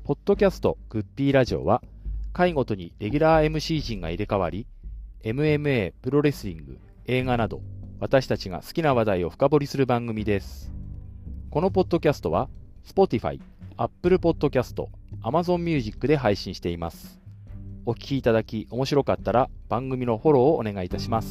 ポッドキャストグッピーラジオは回ごとにレギュラー MC 陣が入れ替わり MMA、プロレスリング、映画など私たちが好きな話題を深掘りする番組です。このポッドキャストは Spotify、Apple Podcast、Amazon Music で配信しています。お聞きいただき面白かったら番組のフォローをお願いいたします。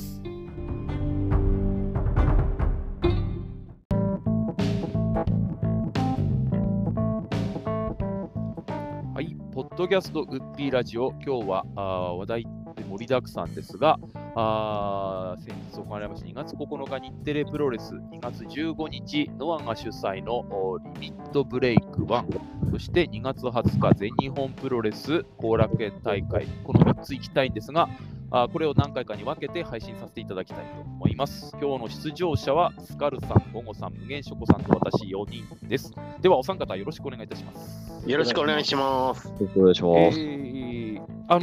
はい、ポッドキャストグッピーラジオ、今日は話題盛りだくさんですが、先日行われました2月9日日テレプロレス、2月15日ノアが主催のリミットブレイク1、そして2月20日全日本プロレス後楽園大会、この3つ行きたいんですが、これを何回かに分けて配信させていただきたいと思います。今日の出場者はスカルさん、ゴゴさん、無限ショコさんと私4人です。ではお三方よろしくお願いいたします。 よろしくお願いします。 よろしくお願いします。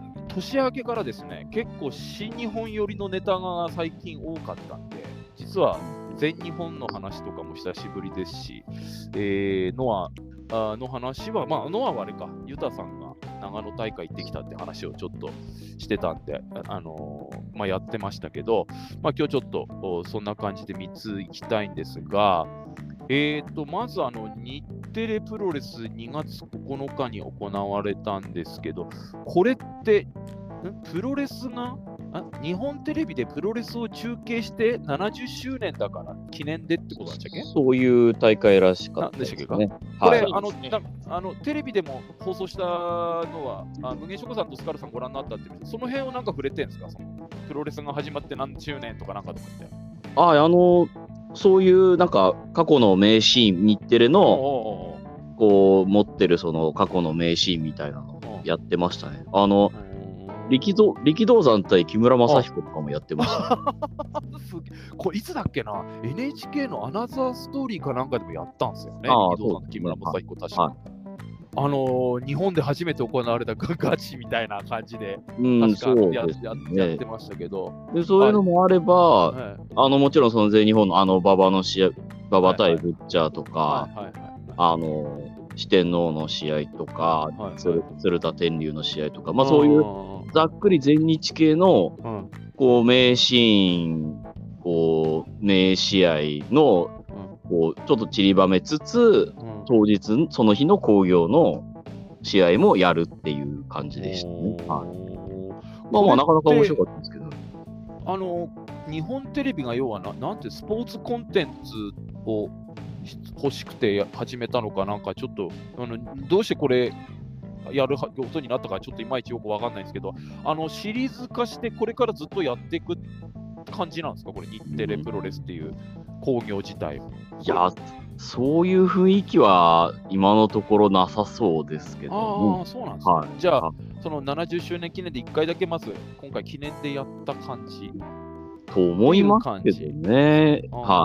年明けからですね、結構新日本寄りのネタが最近多かったんで、実は全日本の話とかも久しぶりですし、ノアの話は、ノアはあれか、ユタさんが長野大会行ってきたって話をちょっとしてたんで、やってましたけど、今日ちょっとそんな感じで3つ行きたいんですが、まず日テレプロレス2月9日に行われたんですけど、これってプロレスが日本テレビでプロレスを中継して70周年だから記念でってことなんでしたっけ？ そういう大会らしかったですね。 これ、テレビでも放送したのは無限ショコさんとスカルさんご覧になったってその辺をなんか触れてるんですか？そのプロレスが始まって何周年とかなんかとかって。 そういうなんか過去の名シーン、日テレのこう持ってるその過去の名シーンみたいなのをやってましたね。力道山対木村正彦とかもやってました、ね。 これいつだっけな、 NHK のアナザーストーリーかなんかでもやったんですよね。力道山と木村正彦、確か、日本で初めて行われたガチみたいな感じで、確かやってましたけど、 でそういうのもあれば、もちろんその全日本の馬場の試合、馬場対ブッチャーとか、四天王の試合とか、鶴田天竜の試合とか、そういうざっくり全日系のこう名シーン、こう名試合のこうちょっと散りばめつつ、当日その日の興行の試合もやるっていう感じでしたね。なかなか面白かったんですけど、 日本テレビが要はなんてスポーツコンテンツを欲しくて始めたのかなんかちょっとどうしてこれやることになったかちょっといまいちよくわかんないんですけど、シリーズ化してこれからずっとやっていく感じなんですか？これ日テレプロレスっていう興行自体。 いや、そういう雰囲気は今のところなさそうですけど、 そうなんですね。じゃあその70周年記念で1回だけまず今回記念でやった感じと思いますけどね。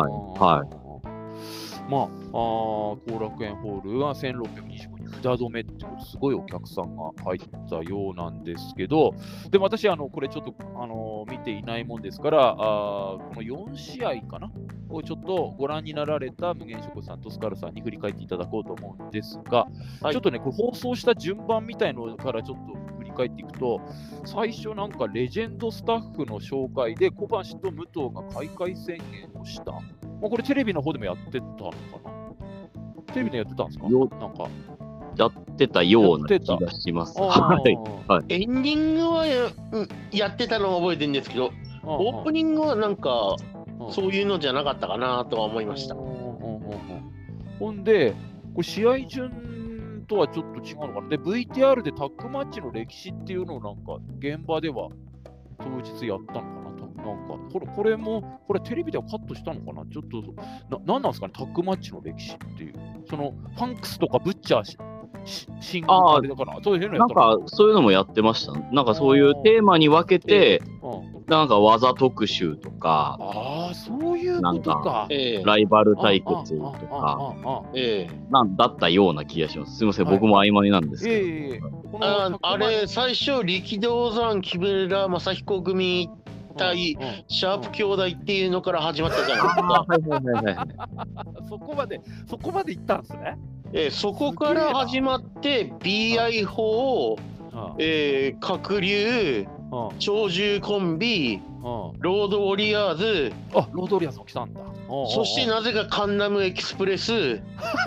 後楽園ホールは1625人札止めってこと、すごいお客さんが入ったようなんですけど、でも私これちょっと見ていないもんですから、この4試合かなをちょっとご覧になられた無限ショコさんとスカルさんに振り返っていただこうと思うんですが、ちょっとねこれ放送した順番みたいのからちょっと振り返っていくと、最初なんかレジェンドスタッフの紹介で小橋と武藤が開会宣言をした。これテレビの方でもやってたのかな？テレビでやってたんですか？なんかやってたような気がします。 エンディングはやってたのを覚えてるんですけど、オープニングはなんかそういうのじゃなかったかなとは思いました。 ほんで、これ試合順とはちょっと違うのかな。で、VTR でタッグマッチの歴史っていうのをなんか現場では当日やったのかな。なんかこれテレビではカットしたのかな。ちょっと何なんですかね、タッグマッチの歴史っていう。そのファンクスとかブッチャーシングルあれだから、そういうのやったなんかそういうのもやってました。なんかそういうテーマに分けて、なんか技特集とか、 そういうことか。 ライバル対決とか、なんだったような気がします。すみません、僕も曖昧なんですけど。 あれ、最初、力道山、木村正彦組対シャープ兄弟っていうのから始まったじゃないですか。 そこまで行ったんですね。 そこから始まって、BI4、角竜、鳥獣コンビ、ロードウォリアーズ、 ロードウォリアーズも来たんだ。 そしてなぜかカンナムエキスプレス、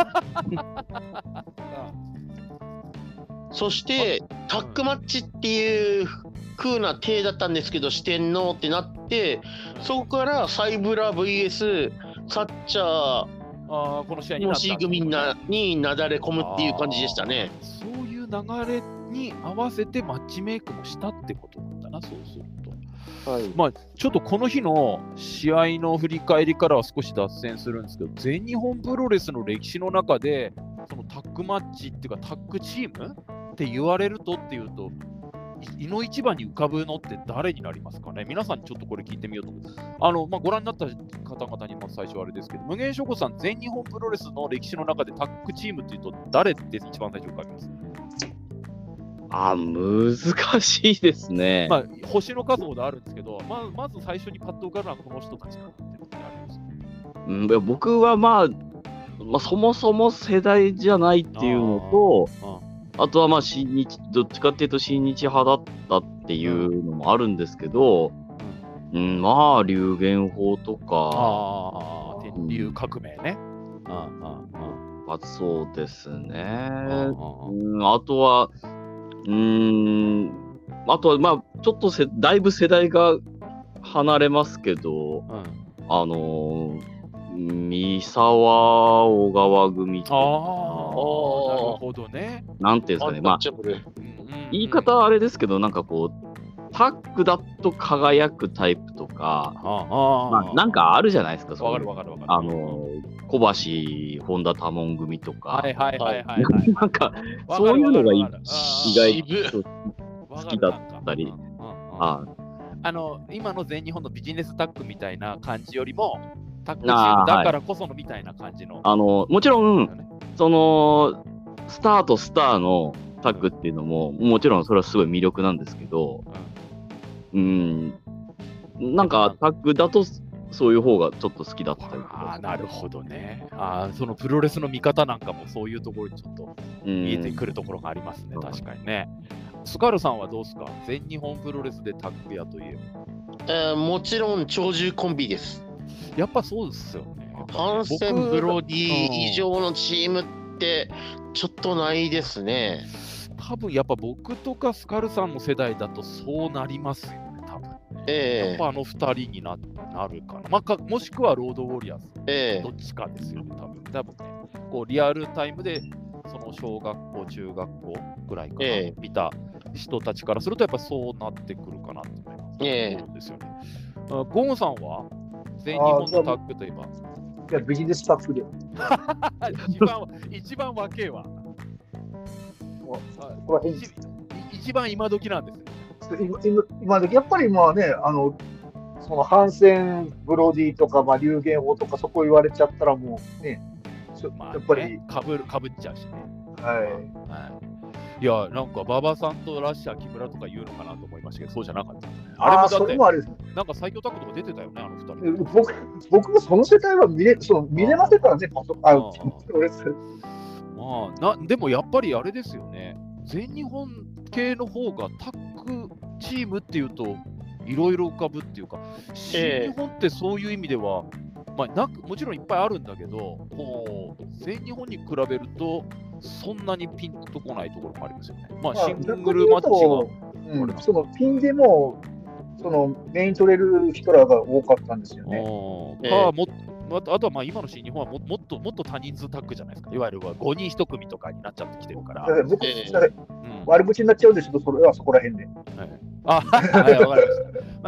そしてタッグマッチっていう風な体だったんですけど、四天王ってなって、そこからサイブラ VS サッチャー、 この試合になった C 組になだれ込むっていう感じでしたね。 そういう流れに合わせてマッチメイクもしたってことなんだな、そうすると。まあ、ちょっとこの日の試合の振り返りからは少し脱線するんですけど、全日本プロレスの歴史の中でそのタッグマッチっていうかタッグチームって言われるとっていうと、いの一番に浮かぶのって誰になりますかね。皆さんにちょっとこれ聞いてみようと思う。ご覧になった方々にも最初あれですけど、無限諸子さん、全日本プロレスの歴史の中でタッグチームっていうと誰って一番最初浮かびます？ 難しいですね。 星の数ほどあるんですけど、まず最初にパッと浮かぶのはこの人たちかなっていうのってあります？ 僕はそもそも世代じゃないっていうのと、あとは新日、どっちかっていうと新日派だったっていうのもあるんですけど、流言法とか、 天竜革命ね。 そうですね。あとは、ちょっとだいぶ世代が離れますけど、三沢小川組とか。 なるほどね。 なんていうんですかね。言い方はあれですけど、なんかこう、タッグだと輝くタイプとか、なんかあるじゃないですか。 わかる。 小橋、本田多門組とか。 なんか、そういうのが意外と好きだったり。 今の全日本のビジネスタッグみたいな感じよりも、タッグチームだからこそのみたいな感じの。 もちろん、その、スターとスターのタッグっていうのも、もちろんそれはすごい魅力なんですけど、なんかタッグだとそういう方がちょっと好きだったりとか。 なるほどね。そのプロレスの見方なんかもそういうところにちょっと見えてくるところがありますね、確かにね。スカルさんはどうですか？全日本プロレスでタッグやといえば。もちろん鳥獣コンビです。 やっぱそうですよね。 ハンセン・ブロディ以上のチームってちょっとないですね。 多分やっぱ僕とかスカルさんの世代だとそうなりますよね、多分。やっぱ2人になるかな。もしくはロードウォリアーズ。どっちかですよね、多分ね。こうリアルタイムでその小学校、中学校ぐらいから見た人たちからするとやっぱそうなってくるかなと思います。そうですよね。ゴンさんは全日本のタッグといえば？ いや、ビジネスタッグで。 一番若えわ。一番今時なんですよ。今時、やっぱりそのハンセン、ブロディとか、流言法とか、そこ言われちゃったらもうね、やっぱり。 かぶっちゃうしね。いや、なんか馬場さんとラッシャー、木村とか言うのかなと思いましたけど、そうじゃなかった。あれもだって、なんか最強タッグとか出てたよね、あの2 人。僕もその世代は見れませんからね、 でもやっぱりあれですよね、全日本系の方がタッグチームっていうと、いろいろ浮かぶっていうか、新日本ってそういう意味では、もちろんいっぱいあるんだけど、全日本に比べると、そんなにピンとこないところもありますよね。シングルマッチが。そのピンでも、そのメイン取れる人らが多かったんですよね。 あとは今の新日本はもっと多人数タッグじゃないですか。いわゆる5人1組とかになっちゃってきてるから。 僕、悪口になっちゃうんですけど、それはそこら辺で。 わかりました。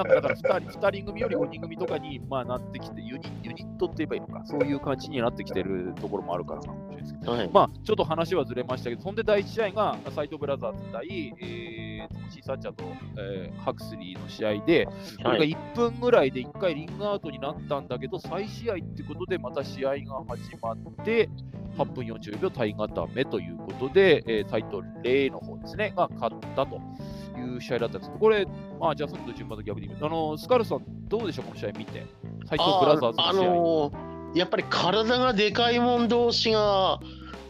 だから2人組より5人組とかになってきて、ユニットって言えばいいのか、そういう感じになってきてるところもあるからかもしれないですけど、ちょっと話はずれましたけど、そんで第1試合が斎藤ブラザーズ対シーサッチャーと、ハクスリーの試合で、これが1分ぐらいで1回リングアウトになったんだけど、再試合ってことでまた試合が始まって、8分40秒対固めということで、斎藤レイの方ですね、が勝ったという試合だったんですけど、これ、じゃあさっきと順番と逆に言うスカルさん、どうでしょう、この試合見て。斎藤ブラザーズの試合。 やっぱり体がでかいもん同士が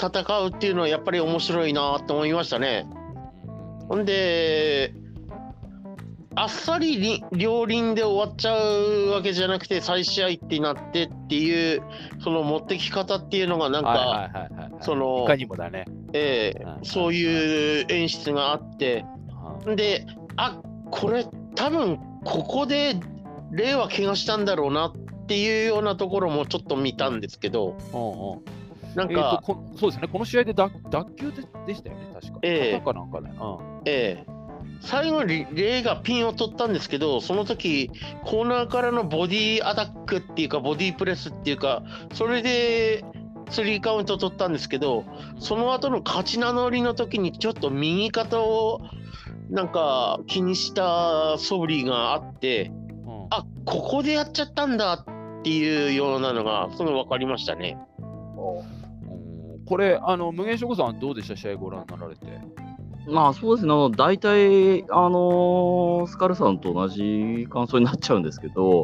戦うっていうのはやっぱり面白いなと思いましたね。ほんであっさり両輪で終わっちゃうわけじゃなくて再試合ってなってっていうその持ってき方っていうのがなんかそのいかにもだね、 そういう演出があってでこれ多分ここでレイは怪我したんだろうなっていうようなところもちょっと見たんですけどなんか、 そうですね、この試合で脱臼でしたよね、確か。肩かなんかね。 最後にレイがピンを取ったんですけど、その時コーナーからのボディアタックっていうか、ボディプレスっていうか、それで3カウント取ったんですけど、その後の勝ち名乗りの時にちょっと右肩をなんか気にした素振りがあって、ここでやっちゃったんだっていうようなのがすぐ分かりましたね。 これ無限翔子さんはどうでした、試合ご覧になられて。 まあそうですね、大体、スカルさんと同じ感想になっちゃうんですけど、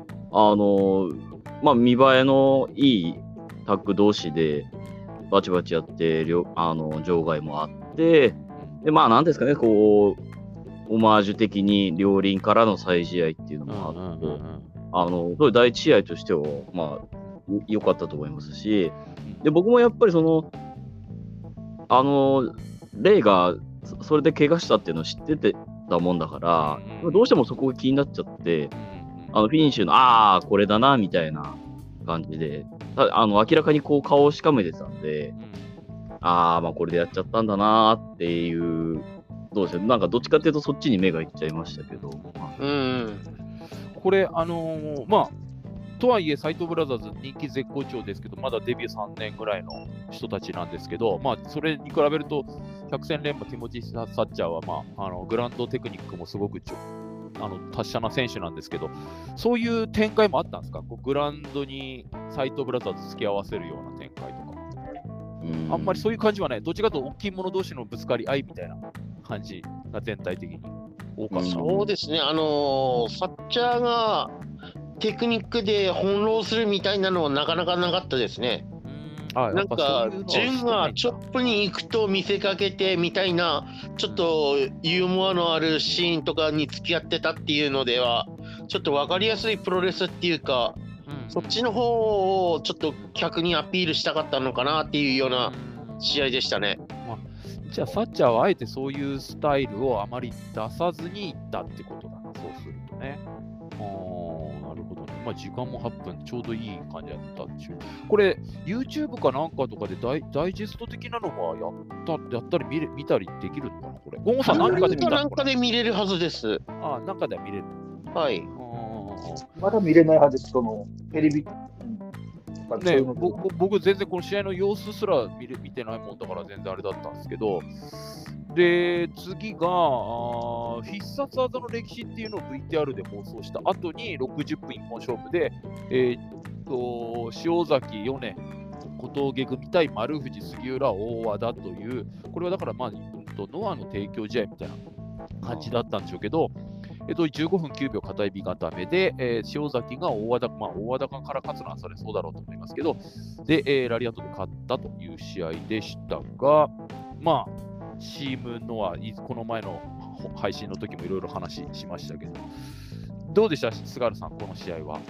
まあ、見栄えのいいタッグ同士でバチバチやって、場外もあって、でまあ、なんですかね、こう、オマージュ的に両輪からの再試合っていうのもあって、そういう第一試合としては、まあ、良かったと思いますし、で僕もやっぱりレイがそれで怪我したっていうのを知っててたもんだから、どうしてもそこが気になっちゃって、フィニッシュのこれだなみたいな感じで、明らかにこう顔をしかめてたんで、まあこれでやっちゃったんだなっていう、どうですね、なんかどっちかっていうとそっちに目がいっちゃいましたけど。 これまあとはいえ、斎藤ブラザーズ人気絶好調ですけど、まだデビュー3年ぐらいの人たちなんですけど、まあ、それに比べると、百戦錬磨、ティモチー・サッチャーは、まあ、グラウンドテクニックもすごく達者な選手なんですけど、そういう展開もあったんですか、グラウンドに斎藤ブラザーズ付き合わせるような展開とか。あんまりそういう感じはない、どっちかというと大きい者同士のぶつかり合いみたいな感じが全体的に多かった。 そうですね、サッチャーがテクニックで翻弄するみたいなのはなかなかなかったですね。なんか順がチョップに行くと見せかけてみたいなちょっとユーモアのあるシーンとかに付き合ってたっていうのではちょっと分かりやすいプロレスっていうか、そっちの方をちょっと客にアピールしたかったのかなっていうような試合でしたね。 じゃあサッチャーはあえてそういうスタイルをあまり出さずにいったってことだな、そうするとね。なるほどね。まあ、時間も8分、ちょうどいい感じだったっちゅう。これ、YouTube かなんかとかでダイジェスト的なのはやったり見たりできるのかな、これ。ゴンゴさん、何かで見たの？ なんかで見れるはずです。 なんかで見れる。 はい。 まだ見れないはずです、テレビ。 ね、僕、全然この試合の様子すら見てないもんだから、全然あれだったんですけど、で、次が、必殺技の歴史っていうのを VTR で放送した後に、60分一本勝負で、塩崎、米、小峠組対丸藤、杉浦、大和田という、これはだから、まあ、ノアの提供試合みたいな感じだったんでしょうけど、15分9秒片指固めで、塩崎が大和田、大和田から勝つのはそれそうだろうと思いますけど、で、ラリアットで勝ったという試合でしたが、まあ、チームノア、この前の配信の時もいろいろ話しましたけど、どうでした、菅原さん、この試合は。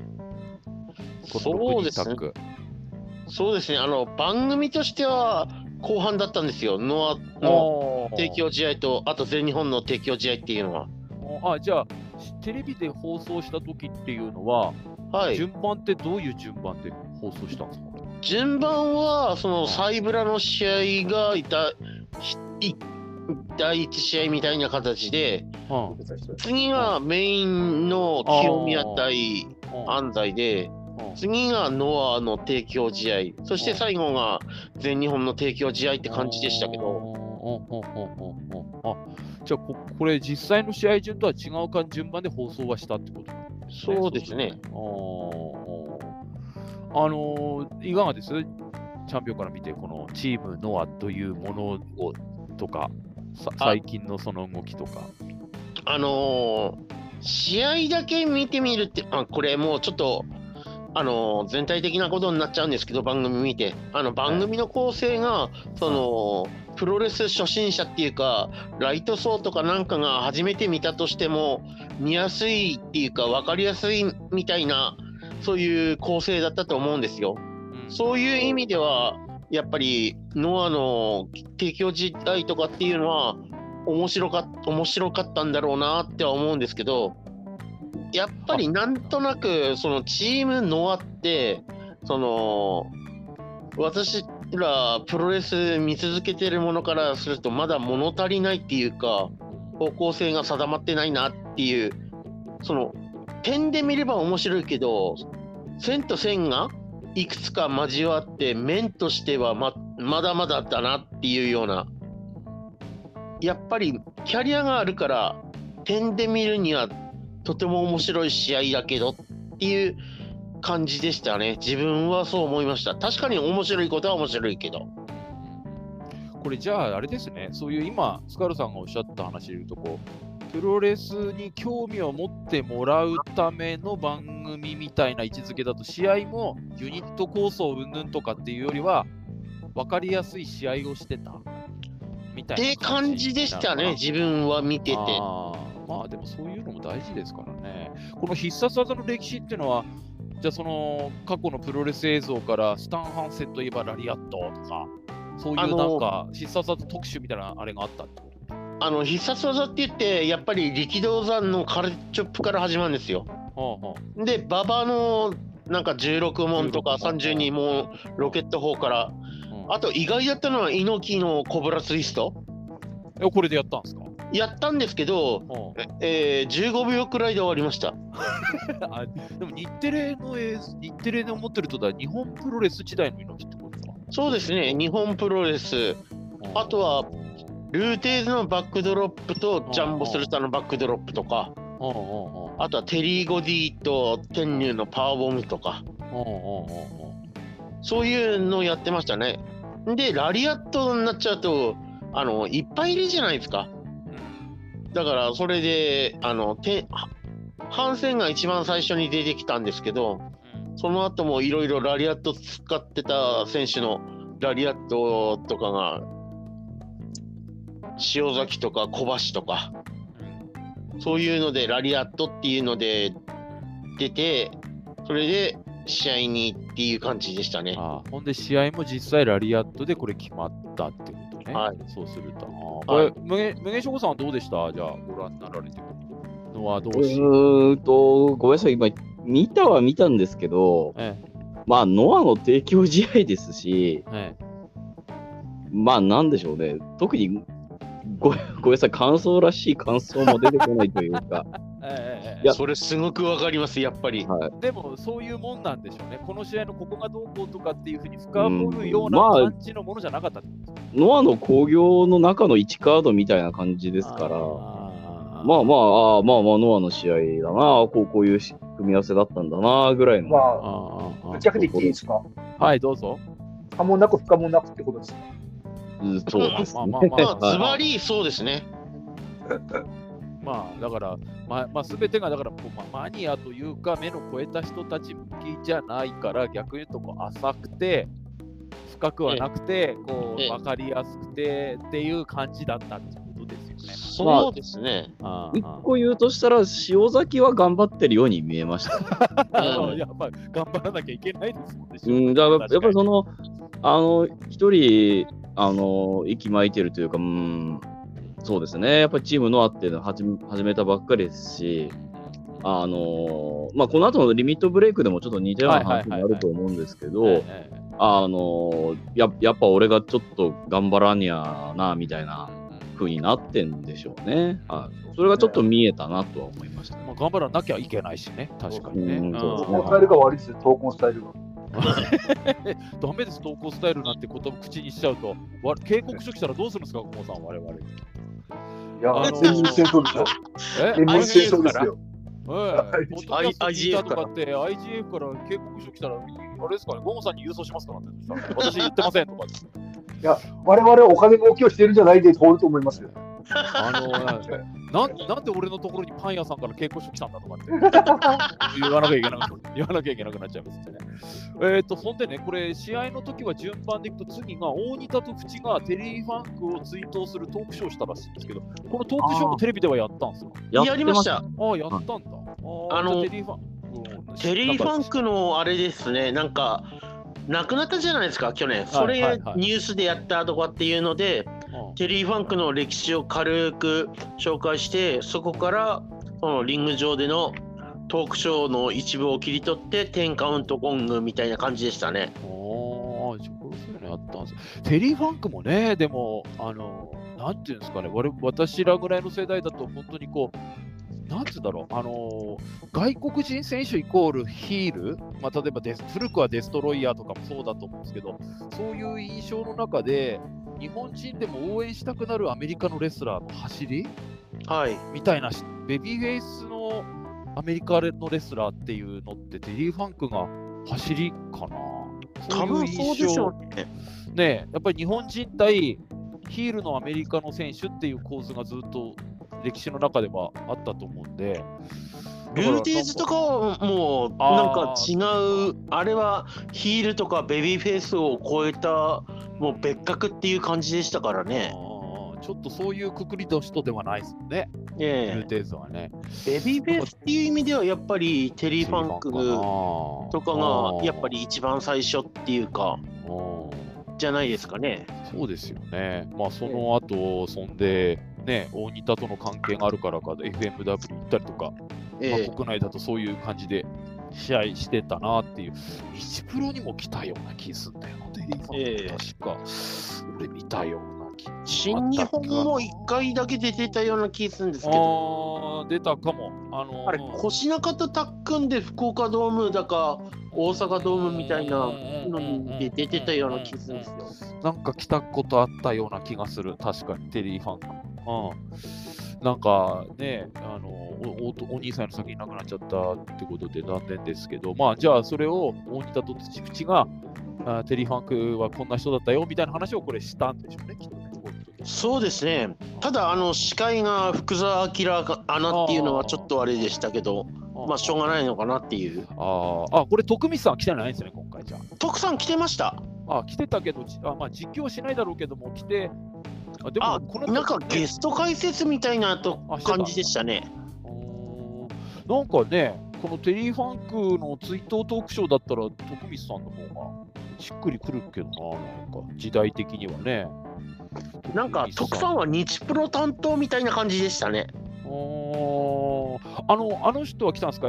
そうですね、番組としては後半だったんですよ、ノアの提供試合と、あと全日本の提供試合っていうのは。 じゃあ、テレビで放送した時っていうのは、順番ってどういう順番で放送したんですか？ 順番は、サイブラの試合が第1試合みたいな形で、次がメインの清宮対安西で、次がノアの提供試合、そして最後が全日本の提供試合って感じでしたけど。 じゃあこれ実際の試合順とは違う順番で放送はしたってことなんですね。 そうですね。 いかがです？チャンピオンから見て、このチームノアというものをとか、最近のその動きとか。 試合だけ見てみるって、これもうちょっと、 全体的なことになっちゃうんですけど、番組見て番組の構成がプロレス初心者っていうかライト層とかなんかが初めて見たとしても見やすいっていうか分かりやすいみたいなそういう構成だったと思うんですよ。そういう意味ではやっぱりノアの提供時代とかっていうのは面白かったんだろうなっては思うんですけど、やっぱりなんとなくそのチームノアって私らプロレス見続けてるものからするとまだ物足りないっていうか方向性が定まってないなっていう、その点で見れば面白いけど線と線がいくつか交わって面としては まだまだだなっていうような、やっぱりキャリアがあるから点で見るにはとても面白い試合だけどっていう感じでしたね。自分はそう思いました。確かに面白いことは面白いけど、 これじゃああれですね、そういう今スカルさんがおっしゃった話でいうとプロレスに興味を持ってもらうための番組みたいな位置づけだと、試合もユニット構想云々とかっていうよりは分かりやすい試合をしてたみたいなって感じでしたね、自分は見てて。 まあでもそういうのも大事ですからね。この必殺技の歴史っていうのは、じゃあその過去のプロレス映像からスタン・ハンセンといえばラリアットとか、そういうなんか必殺技特集みたいなあれがあったってこと？ 必殺技って言ってやっぱり力道山のカルチョップから始まるんですよ。で馬場のなんか16問とか32問ロケット砲から、あと意外だったのは猪木のコブラツイスト。 これでやったんですか？ やったんですけど、15秒くらいで終わりました。 でも日テレで思ってると日本プロレス時代の猪木ってことですか？ そうですね、日本プロレス、あとはルーテーズのバックドロップとジャンボスルタのバックドロップとか、あとはテリー・ゴディと天竜のパワーボムとか、そういうのをやってましたね。でラリアットになっちゃうといっぱいいるじゃないですか。だからそれで反戦が一番最初に出てきたんですけど、その後もいろいろラリアット使ってた選手のラリアットとかが塩崎とか小橋とか、そういうのでラリアットっていうので出て、それで試合にっていう感じでしたね。 ほんで試合も実際ラリアットでこれ決まったってことね。はい、そうすると。これ無限翔吾さんはどうでした？じゃあご覧になられてるのはどうしごめんなさい、今見たんですけど、まあノアの提供試合ですし、まあなんでしょうね、特にごめんなさい、感想らしい感想も出てこないというか。 いやそれすごくわかります、やっぱり、 でもそういうもんなんでしょうね。この試合のここがどうこうとかっていうふうに深掘るような感じのものじゃなかったってことですか？ ノアの興行の中の1カードみたいな感じですから、まあノアの試合だな、こういう組み合わせだったんだなぐらいの。 ぶっちゃけて言っていいですか？ はい、どうぞ。 可もなく不可もなくってことですか？ そうですね。 ズバリそうですね。 だから、全てがだからマニアというか目の超えた人たち向きじゃないから、逆に言うと浅くて深くはなくて分かりやすくてっていう感じだったってことですよね。 そうですね。 一個言うとしたら塩崎は頑張ってるように見えました。 やっぱり頑張らなきゃいけないですもんね。 だからやっぱりその一人息巻いてるというか、そうですね、やっぱりチームノアっていうのを始めたばっかりですし、この後のリミットブレイクでもちょっと似たような話になると思うんですけど、やっぱ俺がちょっと頑張らにゃなみたいな風になってんでしょうね。それがちょっと見えたなとは思いました、ね。 頑張らなきゃいけないしね、確かにね。 投稿スタイルが悪いですよ、投稿スタイルが。 ダメです、投稿スタイルなんてことを口にしちゃうと、警告書来たらどうするんですか、小野さん、我々。 いや、全然戦争ですよ。全然戦争ですよ。 IGF とかって、IGF から警告書来たら、あれですかね、ゴンさんに郵送しますからね。私言ってませんとか。 いや、我々お金儲けをしてるんじゃないで通ると思いますよ。 なんで俺のところにパン屋さんから稽古書来たんだとかって言わなきゃいけなくなっちゃいますね。そんでね、これ、試合の時は順番でいくと、次が大仁田と淵がテリー・ファンクを追悼するトークショーをしたらしいんですけど、このトークショーもテレビではやったんですか？ やりました。 やったんだ。 テリー・ファンクのあれですね、なんか、亡くなったじゃないですか、去年。それ、ニュースでやったとかっていうので、テリー・ファンクの歴史を軽く紹介して、そこからそのリング上でのトークショーの一部を切り取って、10カウントゴングみたいな感じでしたね。 そういうのやったんです。テリー・ファンクもね、でも、なんていうんですかね、私らぐらいの世代だと、本当にこう、なんつうんだろう、外国人選手イコールヒール、まあ、例えば古くはデストロイヤーとかもそうだと思うんですけど、そういう印象の中で、日本人でも応援したくなるアメリカのレスラーの走り、みたいな、ベビーフェイスのアメリカのレスラーっていうのって、テリー・ファンクが走りかな。 多分そうでしょうね。 ね、やっぱり日本人対ヒールのアメリカの選手っていう構図がずっと歴史の中ではあったと思うんで、 ルーティーズとかはもうなんか違う、あれはヒールとかベビーフェイスを超えたもう別格っていう感じでしたからね。 ちょっとそういうくくりの人ではないですもんね、ルーテーズはね。 ベビーフェイスっていう意味ではやっぱりテリー・ファンクとかがやっぱり一番最初っていうかじゃないですかね。 そうですよね。まあその後、そんでね、大仁田との関係があるからか FMW 行ったりとか、国内だとそういう感じで試合してたなっていう、日プロにも来たような気すんだよな、テリー・ファンク確か、俺見たような気。 新日本も1回だけ出てたような気するんですけど。 出たかも。 あれ、腰中とタックンで福岡ドームだか、大阪ドームみたいなのに出てたような気するんですよ。 なんか来たことあったような気がする、確かに、テリー・ファンク。なんかね、お兄さんの先に亡くなっちゃったってことで残念ですけど、まあじゃあそれを大仁田と土淵がテリー・ファンクはこんな人だったよみたいな話をこれしたんでしょうね、きっとね。 そうですね。ただ司会が福澤明アナっていうのはちょっとあれでしたけど、まあしょうがないのかなっていう。 これ徳光さん来てないんですね、今回じゃあ。 徳さん来てました。 来てたけど、まあ実況しないだろうけども来て。 でもなんかゲスト解説みたいな感じでしたね。 なんかね、このテリー・ファンクの追悼トークショーだったら徳光さんの方がしっくりくるけどな、なんか時代的にはね。 なんか徳さんは日プロ担当みたいな感じでしたね。 あの人は来たんですか？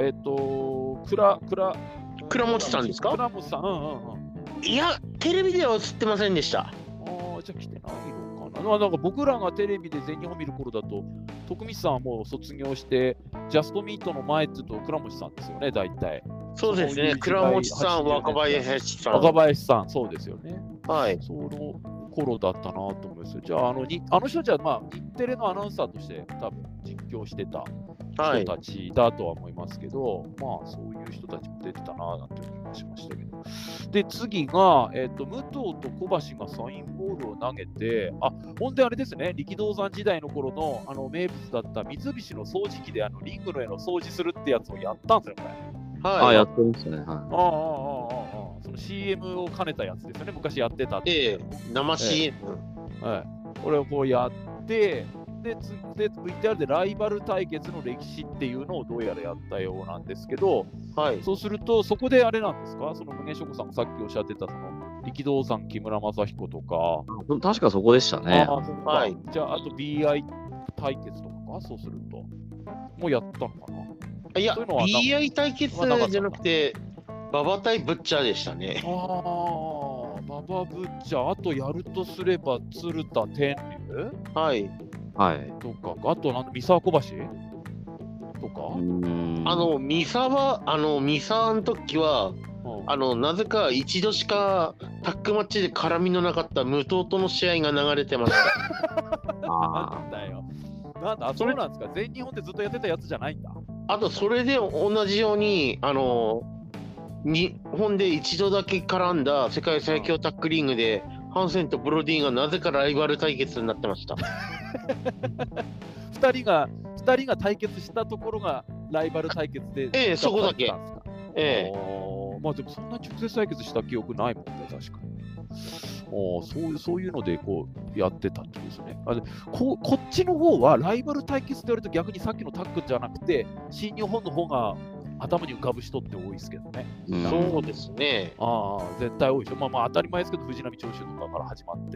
倉持さんですか？ 倉持さん。 いや、テレビでは映ってませんでした。 じゃあ来てないのかな。なんか僕らがテレビで全日本見る頃だと、徳光さんはもう卒業して、ジャストミートの前って言うと倉持さんですよね、大体。 そうですね、倉持さん、若林さん。 若林さん、そうですよね。 はい。 その頃だったなと思います。じゃあ、あの人たちは、まあ、日テレのアナウンサーとして多分実況してた人たちだとは思いますけど、まあ、そういう人たちも出てたななんて気がしましたけど。で、次が、武藤と小橋がサインボールを投げて、ほんであれですね、力道山時代の頃の名物だった三菱の掃除機でリングの上の掃除するってやつをやったんですよ、これ。 はい、やってますね。 その CM を兼ねたやつですよね、昔やってたって。 生 CM。 これをこうやって、で VTR でライバル対決の歴史っていうのをどうやらやったようなんですけど、そうすると、そこであれなんですか、その無限食さんがさっきおっしゃってた、その力道山、木村正彦とか。 確かそこでしたね。 じゃあ、あと BI 対決とかか、そうすると。もうやったのかな。 いや、BI 対決じゃなくて、馬場対ブッチャーでしたね。 馬場ブッチャー、あとやるとすれば、鶴田天竜とか、あと三沢小橋とか。 三沢の時は、なぜか一度しかタッグマッチで絡みのなかった無党との試合が流れてました。 なんだよ。そうなんですか、全日本でずっとやってたやつじゃないんだ。 あと、それで同じように、日本で一度だけ絡んだ世界最強タッグリングで、ハンセンとブロディがなぜかライバル対決になってました。 2人が 2人が対決したところがライバル対決で、 そこだけ。 まあでもそんな直接対決した記憶ないもんね、確かに。そういうのでこうやってたってことですね。こっちの方はライバル対決って言われると逆にさっきのタッグじゃなくて、新日本の方が頭に浮かぶ人って多いですけどね。 そうですね。 絶対多いでしょ。まあ当たり前ですけど、藤波長州とかから始まって、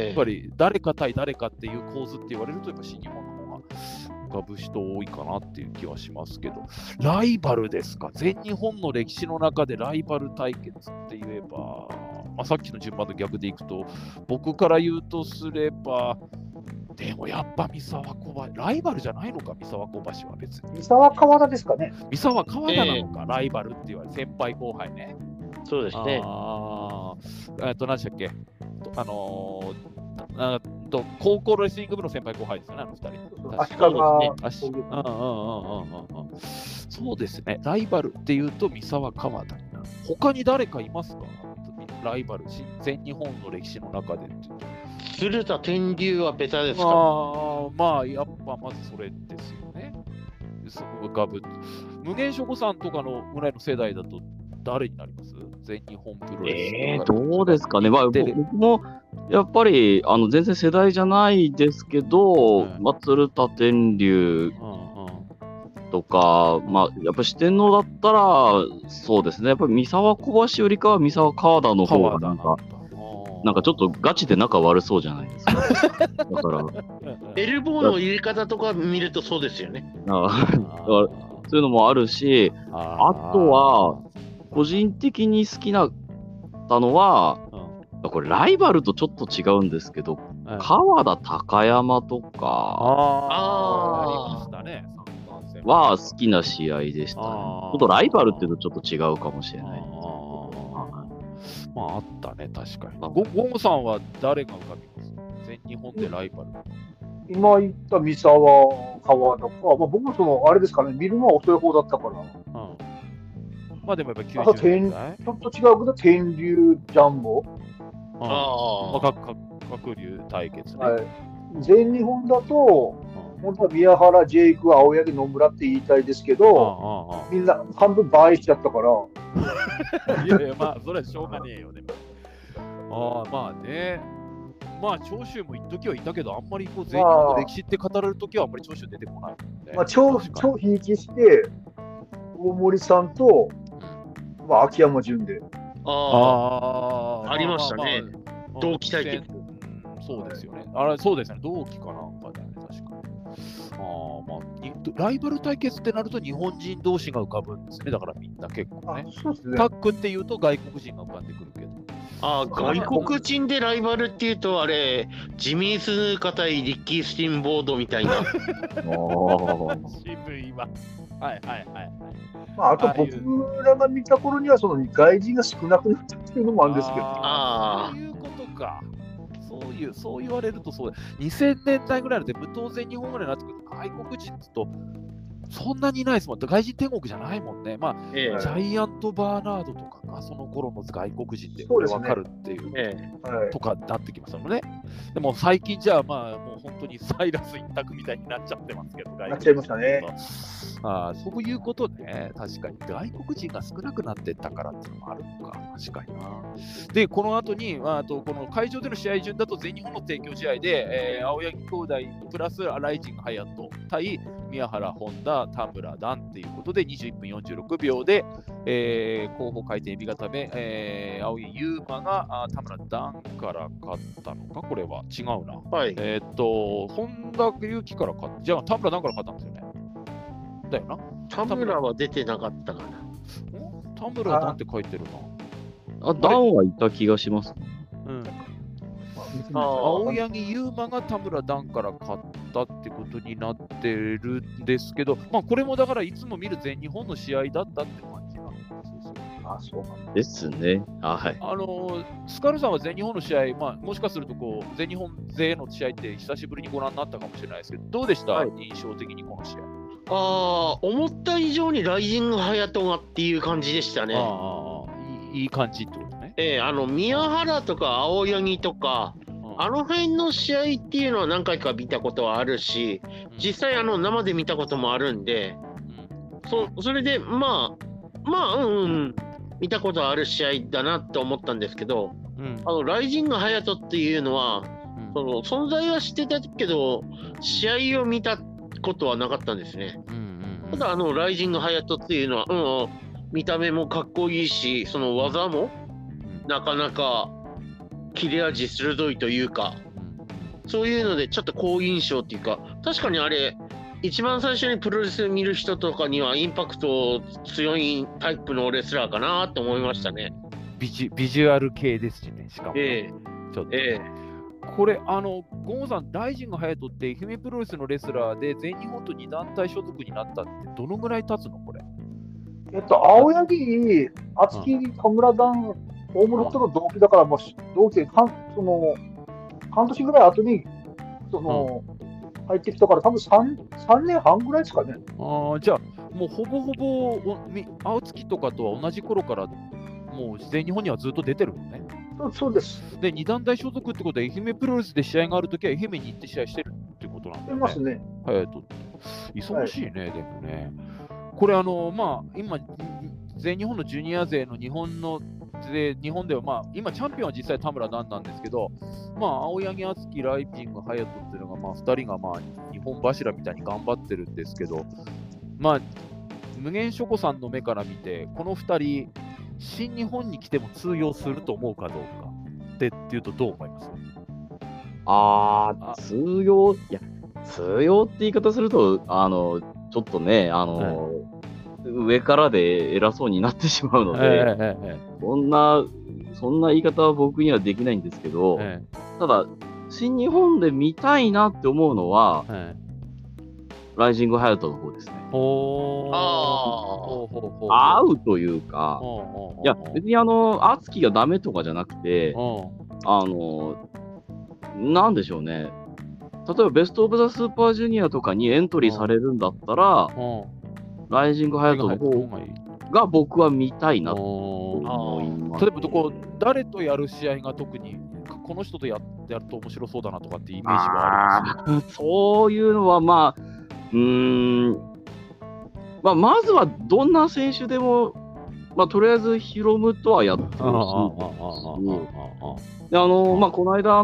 やっぱり誰か対誰かっていう構図って言われると、やっぱ新日本の方が浮かぶ人多いかなっていう気はしますけど、ライバルですか。全日本の歴史の中でライバル対決って言えば、さっきの順番の逆でいくと、僕から言うとすれば、でもやっぱ三沢小林、ライバルじゃないのか、三沢小林は別に。 三沢川田ですかね。 三沢川田なのか、ライバルって言われる、先輩後輩ね。 そうですね。 何でしたっけ、高校レスリング部の先輩後輩ですよね、2人。そうですね、ライバルっていうと三沢川田。他に誰かいますか、ライバル、全日本の歴史の中でっていうと。 鶴田天竜はベタですか。 まあやっぱまずそれですよね。浮かぶ。無限諸子さんとかのぐらいの世代だと誰になります？全日本プロレス。 どうですかね。僕もやっぱり全然世代じゃないですけど、鶴田天竜とか、やっぱ四天王だったらそうですね。やっぱり三沢小林よりかは三沢川田の方がなんかちょっとガチで仲悪そうじゃないですか。だからエルボーの入れ方とか見るとそうですよね。 そういうのもあるし、あとは個人的に好きなのは、これライバルとちょっと違うんですけど、川田高山とかは好きな試合でしたね。ちょっとライバルっていうとちょっと違うかもしれない。 あったね、確かに。ゴムさんは誰が浮かびます？全日本でライバル。 今言った三沢川とか、僕もあれですかね、見るのは遅い方だったから。 まあでもやっぱ90年代ちょっと違うけど、天竜ジャンボ。 鶴竜対決ね。 全日本だと、本当は宮原、ジェイク、青柳、野村って言いたいですけど、みんな半分倍しちゃったから。 いやいや、まあ、それはしょうがねえよね。まあね。長州も一時はいたけど、あんまりこう全日本の歴史って語られるときはあんまり長州出てこないもんね。 超ひいきして、大森さんと、秋山純で。 ありましたね。同期対決。 そうですよね。そうですね。同期かなんかだよね、確かに。ライバル対決ってなると日本人同士が浮かぶんですね。だからみんな結構ね。タッグっていうと外国人が浮かんでくるけど。 外国人でライバルっていうと、あれ、ジミー・スヌーカ対リッキー・スティンボードみたいな。 渋いわ。はい。 あと僕らが見た頃には、外人が少なくなったっていうのもあるんですけど。 そういうことか。そう言われるとそうだ。2000年代ぐらいで無当然日本ぐらいになってくると外国人って言うとそんなにいないですもん。外人天国じゃないもんね。ジャイアント・バーナードとかがその頃の外国人で俺分かるっていう、とかなってきましたもんね。でも最近じゃあもう本当にサイラス一択みたいになっちゃってますけど、 なっちゃいましたね。 そういうことね。確かに外国人が少なくなってったからっていうのもあるのか。確かにな。で、この後に、この会場での試合順だと全日本の提供試合で、青柳兄弟プラスライジング隼人対宮原本田田村段っていうことで21分46秒で、後方回転エビ固め、青柳優馬が田村段から勝ったのか。これは違うな。本田裕樹から勝った。じゃあ田村段から勝ったんですよね。だよな。 田村は出てなかったかな。 田村段って書いてるな。 段はいた気がします。 青柳優馬が田村段から勝ったってことになってるんですけど、これもだからいつも見る全日本の試合だったって感じなんですよ。 そうなんですね。 スカルさんは全日本の試合、もしかすると全日本勢の試合って久しぶりにご覧になったかもしれないですけど、どうでした、印象的にこの試合。 思った以上にライジング隼人がっていう感じでしたね。 いい感じってことね。 宮原とか青柳とか、 あの辺の試合っていうのは何回か見たことはあるし、実際生で見たこともあるんで、それで見たことある試合だなって思ったんですけど、ライジングハヤトっていうのは、その存在は知ってたけど、試合を見たことはなかったんですね。ただライジングハヤトっていうのは、見た目もかっこいいし、その技もなかなか切れ味鋭いというか、そういうのでちょっと好印象っていうか、確かにあれ一番最初にプロレス見る人とかにはインパクト強いタイプのレスラーかなと思いましたね。 ビジュアル系ですしね、しかも。ちょっとこれ、ゴンさん、ライジングハヤトって愛媛プロレスのレスラーで全日本と2団体所属になったってどのぐらい経つのこれ？ 青柳、厚木、田村団、大室との同期だから、同期で半年ぐらい後に入ってきたから、多分3年半ぐらいですかね。 じゃあ、もうほぼほぼ青月とかとは同じ頃から、もう全日本にはずっと出てるのね。 そうです。 で、2団体所属ってことは、愛媛プロレスで試合があるときは愛媛に行って試合してるってことなんだよね。 してますね。 忙しいね、でもね。これ、今、全日本のジュニア勢の日本では、今、チャンピオンは実際田村なんですけど、青柳敦樹、ライジング、ハヤトっていうのが、2人が、日本柱みたいに頑張ってるんですけど、無限ショコさんの目から見て、この2人、新日本に来ても通用すると思うかどうかっていうと、どう思います？ 通用って言い方すると、ちょっとね、上からで偉そうになってしまうので、そんな言い方は僕にはできないんですけど、ただ、新日本で見たいなって思うのは、ライジングハヤトの方ですね。合うというか、いや、別に敦樹がダメとかじゃなくて、なんでしょうね。例えばベストオブザスーパージュニアとかにエントリーされるんだったら、ライジングハヤトの方が僕は見たいなと思います。 例えば誰とやる試合が特にこの人とやると面白そうだなとかってイメージはあります？ そういうのはまずはどんな選手でも、とりあえずヒロムとはやってほしいですし、この間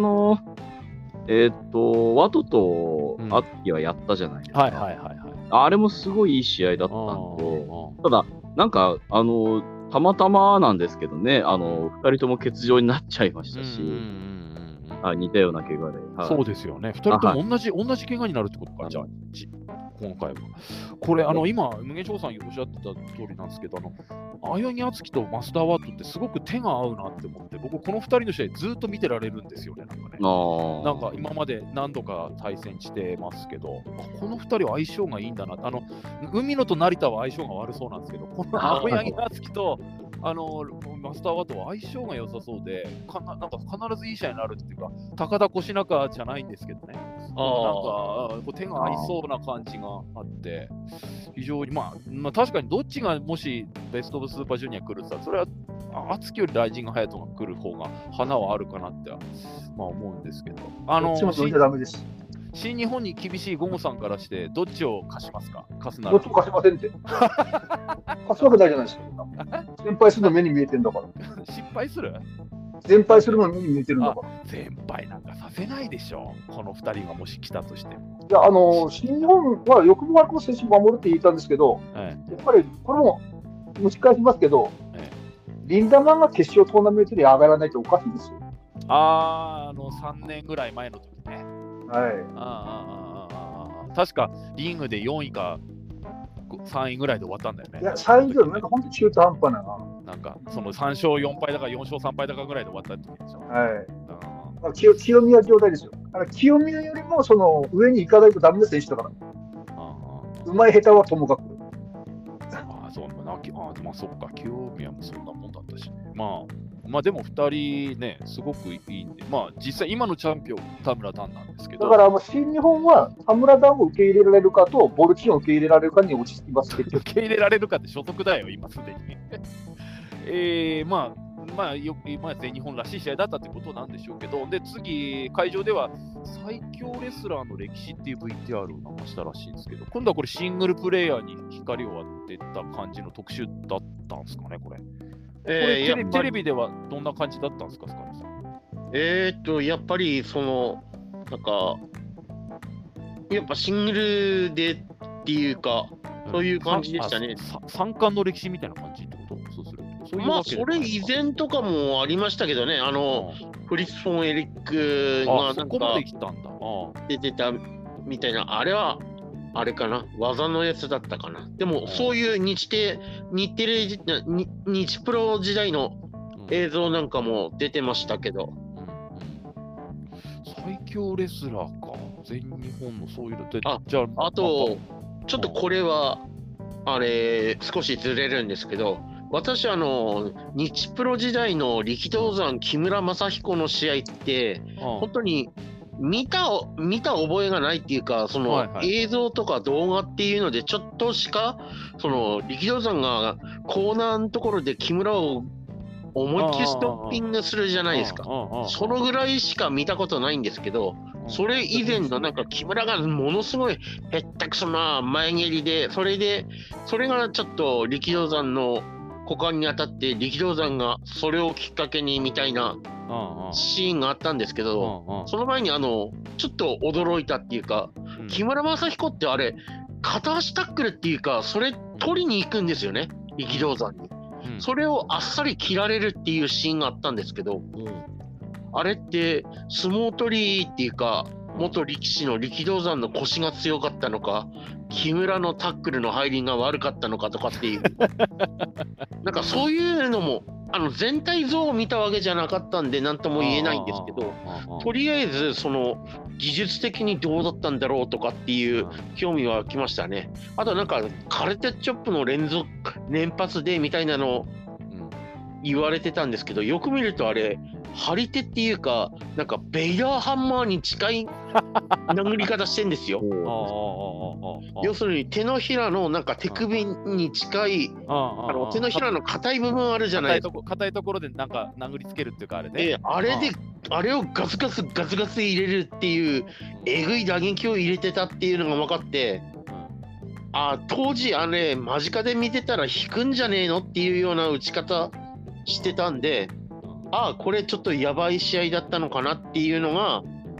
ワトとアッキーはやったじゃないですか。あれもすごいいい試合だったんで、ただ、なんか、たまたまなんですけどね、2人とも欠場になっちゃいましたし、似たような怪我で。 そうですよね。2人とも同じ怪我になるってことか、じゃあ、今回は。これ、今、無限翔さんおっしゃってた通りなんですけど、青柳敦樹とマスターワットってすごく手が合うなって思って、僕、この2人の試合ずっと見てられるんですよね。なんか今まで何度か対戦してますけど、この2人は相性がいいんだな。海野と成田は相性が悪そうなんですけど、この青柳敦樹とマスターワットは相性が良さそうで、なんか必ずいい試合になるっていうか、高田越中じゃないんですけどね。なんか手が合いそうな感じがあって、非常に確かにどっちがもしベストオブスーパージュニア来るって言ったら、それは敦樹よりライジングハヤトが来る方が花はあるかなって思うんですけど。 どっちもそれじゃダメです。 新日本に厳しいゴモさんからして、どっちを貸しますか？貸すなら。 どっちも貸しませんって。貸すわけないじゃないですか。先輩するの目に見えてんだから。 失敗する？ 全敗するのに見えてるんだから。 全敗なんかさせないでしょ、この2人がもし来たとしても。 いや、新日本はよくも悪くも選手を守るって言ったんですけど、やっぱりこれも蒸し返しますけど、リンダマンが決勝トーナメントに上がらないとおかしいですよ。 3年ぐらい前の時ね。確かリングで4位か3位ぐらいで終わったんだよね。 いや、3位ではなんか本当に中途半端な。 なんかその3勝4敗だか4勝3敗だかぐらいで終わった時でし清ょ。 宮状態ですよ。清宮よりもその上に行かないとダメな選手だから。うまい下手はともかく。 そっか、清宮もそんなもんだったしね。でも2人ね、すごくいいんで、実際今のチャンピオン、田村丹なんですけど。だから新日本は田村丹を受け入れられるかと、ボルチンを受け入れられるかに落ち着きます。 受け入れられるかって所得だよ、今すでに。 まあ全日本らしい試合だったってことなんでしょうけど、で次会場では最強レスラーの歴史っていう VTR を流したらしいんですけど、今度はこれシングルプレイヤーに光を当てた感じの特集だったんですかね、これ。テレビではどんな感じだったんですか、スカルさん。 やっぱりなんかやっぱシングルでっていうか、そういう感じでしたね。 三冠の歴史みたいな感じってこと？そうすると。 まあ、それ以前とかもありましたけどね、フリッツ・フォン・エリックがなんか出てたみたいな、あれは、あれかな、技のやつだったかな。でも、そういう日プロ時代の映像なんかも出てましたけど。 最強レスラーか、全日本のそういうのって。 あと、ちょっとこれは、少しずれるんですけど、私日プロ時代の力道山木村正彦の試合って、本当に見た覚えがないっていうか、映像とか動画っていうのでちょっとしか力道山がコーナーのところで木村を思いっきりストッピングするじゃないですか。そのぐらいしか見たことないんですけど、それ以前のなんか木村がものすごいへったくそな前蹴りで、それがちょっと力道山の股間に当たって力道山がそれをきっかけにみたいなシーンがあったんですけど、その前にちょっと驚いたっていうか、木村正彦ってあれ片足タックルっていうか、それ取りに行くんですよね、力道山に。それをあっさり切られるっていうシーンがあったんですけど、あれって相撲取りっていうか元力士の力道山の腰が強かったのか、木村のタックルの入りが悪かったのかとかっていうなんかそういうのも全体像を見たわけじゃなかったんで何とも言えないんですけど、とりあえず技術的にどうだったんだろうとかっていう興味はきましたね。あとなんかカルテチョップの連発でみたいなのを言われてたんですけど、よく見るとあれ張り手っていうか、なんかベイダーハンマーに近い殴り方してんですよ。要するに手のひらのなんか手首に近い手のひらの硬い部分あるじゃないですか。 硬いところでなんか殴りつけるっていうか、あれね。 あれをガツガツ入れるっていうえぐい打撃を入れてたっていうのが分かって、当時あれ間近で見てたら引くんじゃねえのっていうような打ち方してたんで、これちょっとやばい試合だったのかなっていうのが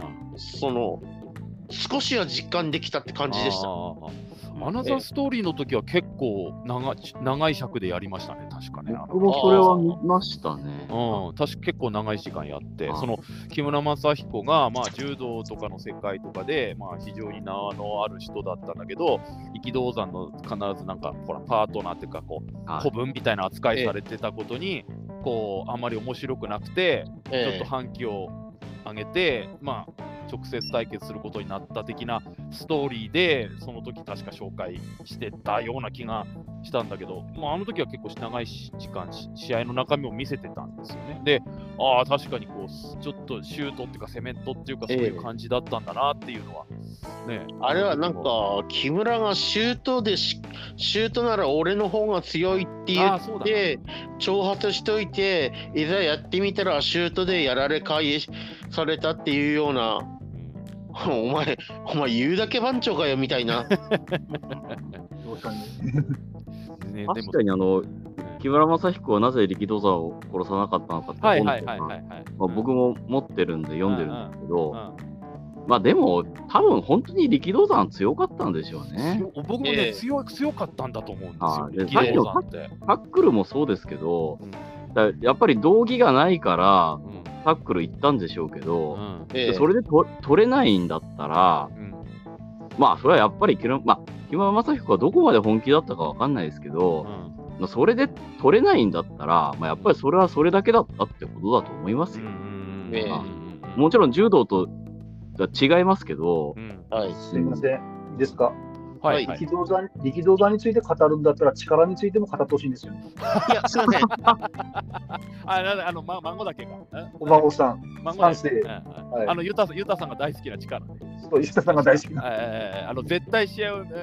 少しは実感できたって感じでした。 アナザーストーリーの時は結構長い尺でやりましたね、確かね。 僕もそれは見ましたね。 確か結構長い時間やって、木村正彦が、柔道とかの世界とかで、非常に名のある人だったんだけど、力道山の必ずなんかパートナーっていうか子分みたいな扱いされてたことに、あまり面白くなくて、ちょっと反旗を上げて、直接対決することになった的なストーリーで、その時確か紹介してたような気がしたんだけど、あの時は結構長い時間試合の中身を見せてたんですよね。で、確かにちょっとシュートっていうかセメントっていうかそういう感じだったんだなっていうのは、ね。 あれはなんか木村がシュートなら俺の方が強いって言って挑発しといて、いざやってみたらシュートでやられ返されたっていうような、お前言うだけ番長かよみたいな。 確かに木村正彦はなぜ力道山を殺さなかったのかって本僕も持ってるんで読んでるんですけど、でも多分本当に力道山強かったんでしょうね。 僕もね、強かったんだと思うんですよ。さっきのタックルもそうですけど、やっぱり道着がないから、タックル行ったんでしょうけど、それで取れないんだったら、それはやっぱり木村正彦はどこまで本気だったかわかんないですけど、それで取れないんだったら、やっぱりそれはそれだけだったってことだと思いますよ。もちろん柔道と違いますけど、 すみません、いいですか。力道山について語るんだったら力についても語ってほしいんですよ。 いや、すみません。 孫だけか。 お孫さん。 3世。ユタさんが大好きな力で。 そう、ユタさんが大好きな。 絶対試合を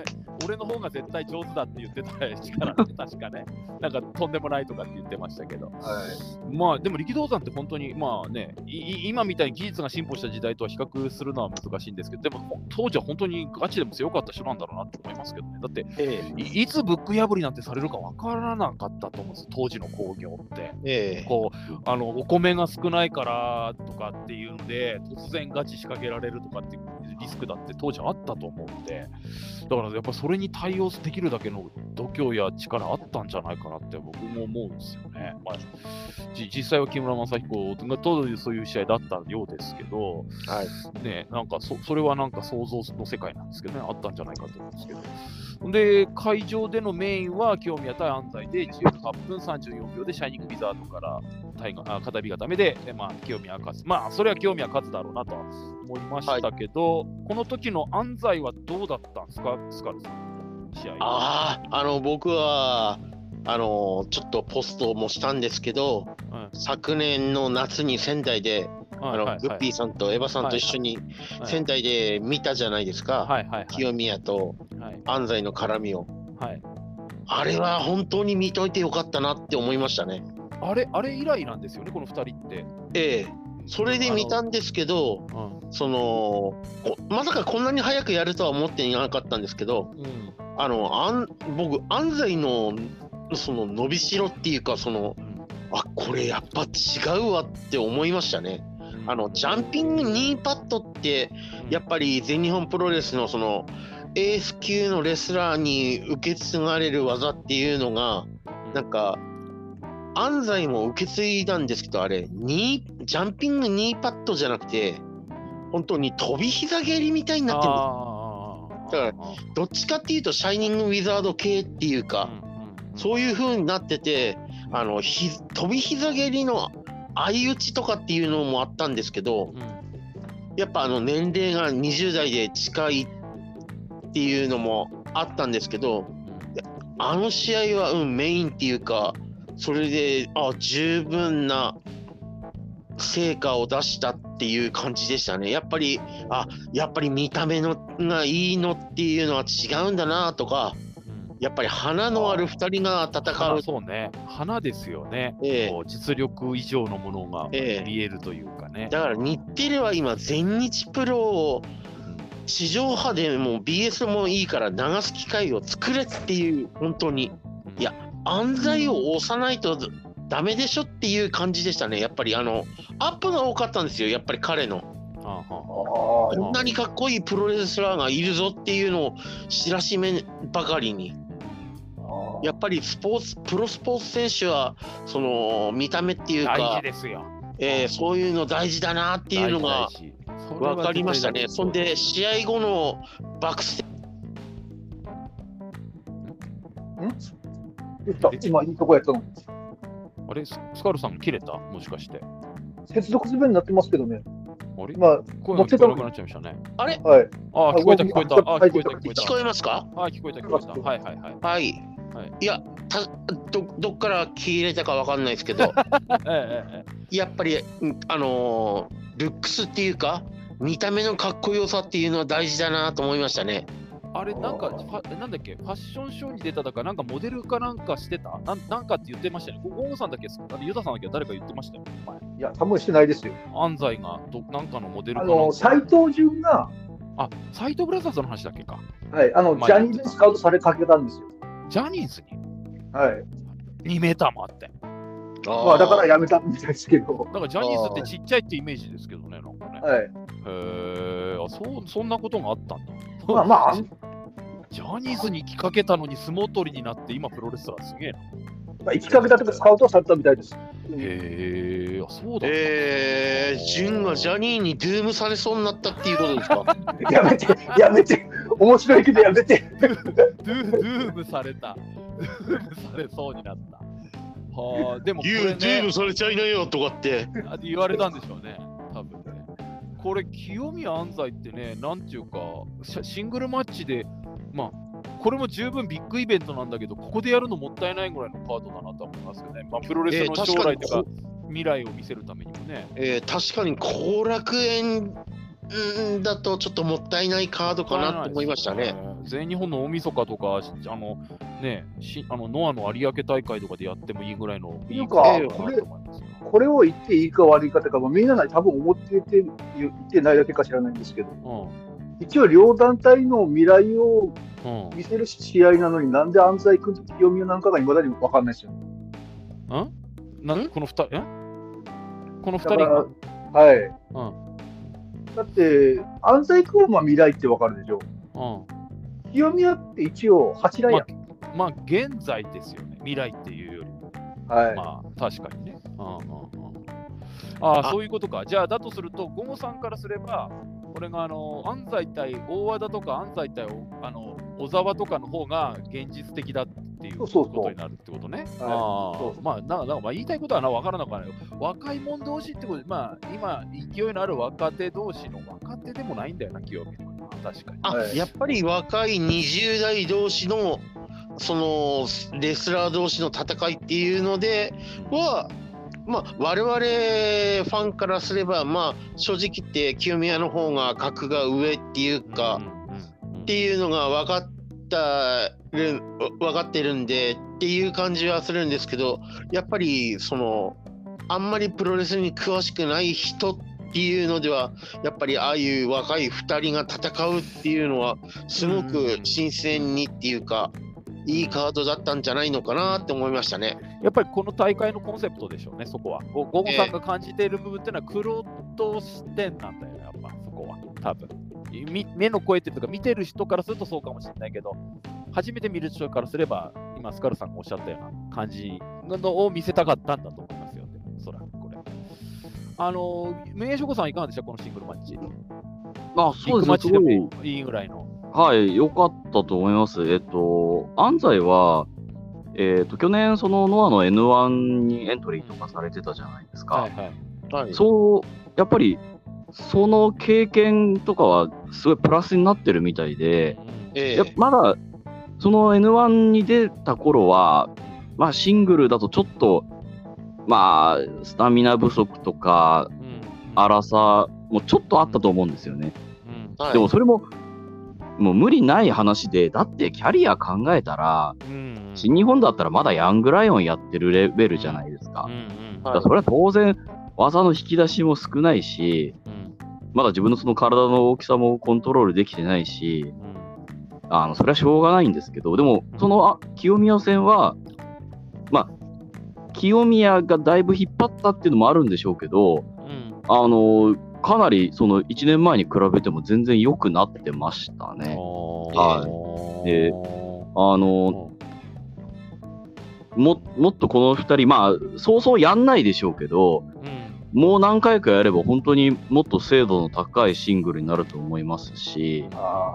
俺の方が絶対上手だって言ってた力って確かね、なんかとんでもないとかって言ってましたけど、まあでも力道山って本当にまあね、今みたいに技術が進歩した時代とは比較するのは難しいんですけど、でも当時は本当にガチでも強かった人なんだろうなって思いますけどね。だって、いつブック破りなんてされるか分からなかったと思うんです、当時の工業って。こうお米が少ないからとかっていうので、突然ガチ仕掛けられるとかっていうリスクだって当時あったと思うんで、だからやっぱそれに対応できるだけの度胸や力あったんじゃないかなって僕も思うんですよね。まあ、実際は木村正彦が当時そういう試合だったようですけど、ね、なんかそれはなんか想像の世界なんですけどね、あったんじゃないかと思うんですけど。で、会場でのメインは清宮対安西で18分34秒でシャイニングウィザードから片火固めで、まあ、清宮勝つ。まあ、それは清宮勝つだろうなとは思いましたけど、この時の安西はどうだったんですか、スカルさん、試合。 僕は、ちょっとポストもしたんですけど、昨年の夏に仙台で、グッピーさんとエヴァさんと一緒に仙台で見たじゃないですか、清宮と安西の絡みを。あれは本当に見といてよかったなって思いましたね。 あれ以来なんですよね、この2人って。 それで見たんですけど、まさかこんなに早くやるとは思っていなかったんですけど、僕、安西のその伸びしろっていうか、これやっぱ違うわって思いましたね。ジャンピングニーパッドってやっぱり全日本プロレスのそのエース級のレスラーに受け継がれる技っていうのがなんか安西も受け継いだんですけど、あれジャンピングニーパッドじゃなくて本当に飛び膝蹴りみたいになってるんです。だからどっちかっていうとシャイニングウィザード系っていうか、そういう風になってて、飛び膝蹴りの相打ちとかっていうのもあったんですけど、やっぱ年齢が20代で近いっていうのもあったんですけど、試合は、メインっていうか、それで十分な成果を出したっていう感じでしたね。やっぱり見た目のがいいのっていうのは違うんだなとか、やっぱり花のある2人が戦う。 そうね、花ですよね。実力以上のものが見えるというかね。 だから日テレは今、全日プロを地上波でも BS もいいから流す機会を作れっていう、本当に。いや、安西を押さないとダメでしょっていう感じでしたね。やっぱりアップが多かったんですよ、やっぱり彼の。こんなにかっこいいプロレスラーがいるぞっていうのを知らしめばかりに。やっぱりプロスポーツ選手はその見た目っていうか大事ですよ、 そういうの大事だなっていうのが分かりましたね。そんで試合後の爆戦今いいとこやったの。 あれ、スカルさん切れた、もしかして接続するようになってますけどね。 あれ、 声が聞こえなくなっちゃいましたね。 あれ、 聞こえた。 聞こえますか？ 聞こえた。はい。 いや、どっから切れたかわかんないですけど、やっぱりルックスっていうか見た目のかっこよさっていうのは大事だなと思いましたね。 あれ、なんだっけ、ファッションショーに出ただか、なんかモデルかなんかしてたなんかって言ってましたね。ゴーさんだけ、ユタさんだけ誰か言ってましたよ、前。 いや、多分してないですよ。 安西がなんかのモデルか斎藤潤が、 斎藤ブラザーズの話だっけか。 はい、ジャニーズにスカウトされかけたんですよ。 ジャニーズにはい。2 メーターもあって。 だからやめたみたいですけど。 だからジャニーズってちっちゃいってイメージですけどね、なんかね。 はい。 そんなことがあったんだ。ジャニーズに行きかけたのに相撲取りになって今プロレスラーすげえな。 行きかけたとかスカウトされたみたいです。 そうだ。 潤がジャニーにドゥームされそうになったっていうことですか？ やめて、面白いけどやめて。 ドゥームされた。ドゥームされそうになった。でもこれ、ね、 ドゥームされちゃいないよとかって言われたんでしょうね、多分ね。これ、清宮安西ってね、なんていうか、シングルマッチで、これも十分ビッグイベントなんだけど、ここでやるのもったいないぐらいのカードだなと思いますよね。プロレスの将来というか、未来を見せるためにもね。 確かに後楽園だとちょっともったいないカードかなと思いましたね。 全日本の大晦日とか、ノアの有明大会とかでやってもいいぐらいのいいかなと思いますよ。 これを言っていいか悪いかというか、みんな多分思ってて言ってないだけか知らないんですけど、一応両団体の未来を見せる試合なのに、なんで安西君と清宮なんかがいまだに分かんないですよ。 この2人がはい。だって、安西君は未来って分かるでしょ。清宮って一応柱や。 まあ、現在ですよね、未来っていうよりも。 はい。 まあ、確かにね。そういうことか。じゃあ、だとすると、ゴモさんからすれば、これが安西対大和田とか安西対小沢とかの方が現実的だっていうことになるってことね。まあ言いたいことは分からなくはないよ。若い者同士ってことで、まあ今勢いのある若手同士の若手でもないんだよな、清宮は。確かに。やっぱり若い20代同士のそのレスラー同士の戦いっていうのでは、まあ、我々ファンからすれば、まあ、正直言って清宮の方が格が上っていうか、っていうのが分かってるんでっていう感じはするんですけど、やっぱりあんまりプロレスに詳しくない人っていうのでは、やっぱりああいう若い2人が戦うっていうのはすごく新鮮にっていうか、いいカードだったんじゃないのかなって思いましたね。 やっぱりこの大会のコンセプトでしょうね、そこは。ゴゴさんが感じている部分っていうのは、クロと視点なんだよね、やっぱそこは。多分目の声っていうか、見てる人からするとそうかもしれないけど、初めて見る人からすれば、今、スカルさんがおっしゃったような感じのを見せたかったんだと思いますよ、おそらくこれ。無限諸子さん、いかがでした、このシングルマッチ。 そうですね、 すごいいいぐらいの。 はい、良かったと思います。安西は、去年、ノアの N1 にエントリーとかされてたじゃないですか。やっぱり、その経験とかはすごいプラスになってるみたいで、まだ、その N1 に出た頃は、まあ、シングルだとちょっと、まあ、スタミナ不足とか、荒さもちょっとあったと思うんですよね。でも、それも、もう無理ない話で、だってキャリア考えたら、新日本だったらまだヤングライオンやってるレベルじゃないですか。だからそれは当然、技の引き出しも少ないし、まだ自分のその体の大きさもコントロールできてないし、それはしょうがないんですけど、でも、その清宮戦は、まあ、清宮がだいぶ引っ張ったっていうのもあるんでしょうけど、かなりその1年前に比べても全然良くなってましたね。で、もっとこの2人、まあ、そうそうやんないでしょうけど、もう何回かやれば本当にもっと精度の高いシングルになると思いますし、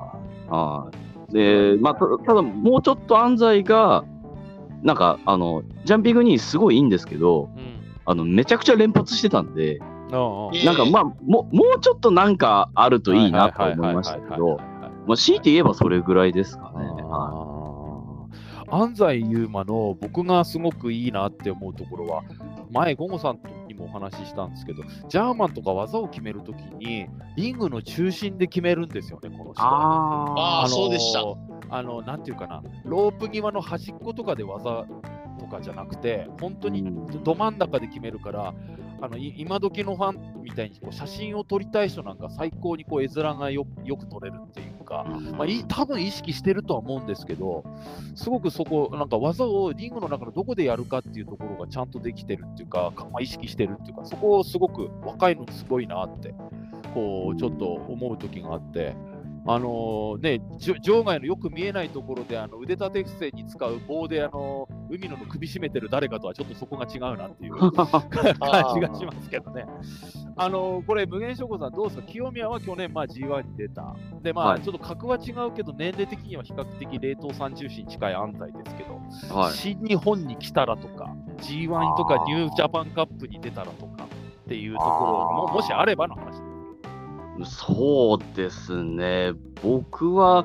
で、まあ、ただもうちょっと安西が、なんか、ジャンピングにすごいいいんですけど、めちゃくちゃ連発してたんで、なんかまあもうちょっとなんかあるといいなと思いましたけど、強いて言えばそれぐらいですかね。 安西優真の僕がすごくいいなって思うところは、前ゴゴさんにもお話ししたんですけど、ジャーマンとか技を決めるときにリングの中心で決めるんですよね、この人。 そうでした。 なんていうかな、ロープ際の端っことかで技とかじゃなくて、本当にど真ん中で決めるから、今時のファンみたいに写真を撮りたい人なんか最高に絵面がよく撮れるっていうか、多分意識してるとは思うんですけど、すごくそこ、なんか技をリングの中のどこでやるかっていうところがちゃんとできてるっていうか、意識してるっていうか、そこをすごく若いのにすごいなって、ちょっと思う時があって。場外のよく見えないところで腕立て伏せに使う棒で海野の首絞めてる誰かとはちょっとそこが違うなっていう感じがしますけどね。これ無限諸子さんどうですか。清宮は去年G1 に出た。でちょっと格は違うけど年齢的には比較的冷凍三重視に近い安西ですけど、新日本に来たらとか G1 とかニュージャパンカップに出たらとかっていうところももしあればの話です。 そうですね、僕は、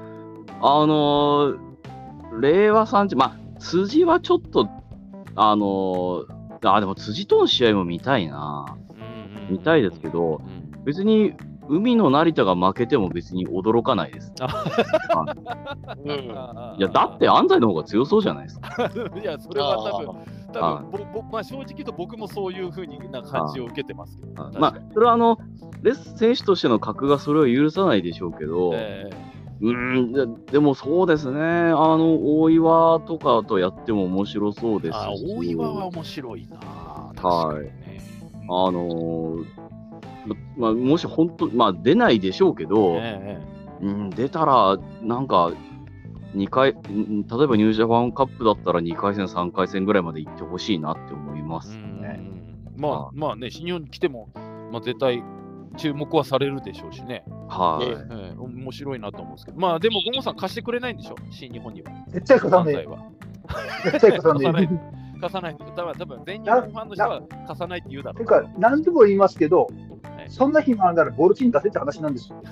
令和30、辻はちょっと、でも辻との試合も見たいな、見たいですけど、別に海の成田が負けても別に驚かないです。いや、だって安西の方が強そうじゃないですか。 いや、それは多分まあ、正直言うと僕もそういうふうな感じを受けてますけど。 まあ、それは選手としての格がそれを許さないでしょうけど、でもそうですね、大岩とかとやっても面白そうですし。 大岩は面白いな。 はい。まあ、もし本当、まあ、出ないでしょうけど、出たら、なんか、2回、例えばニュージャパンカップだったら2回戦、3回戦ぐらいまで行ってほしいなって思いますね。 まあね、新日本に来ても、まあ、絶対注目はされるでしょうしね。面白いなと思うんですけど、まあでも、ゴモさん貸してくれないんでしょ、新日本には。 絶対貸さない。絶対貸さない。 貸さない。多分全日本ファンの人は貸さないって言うだろう。 てか、何度も言いますけど、そんな暇あるならボルチン出せって話なんですよ。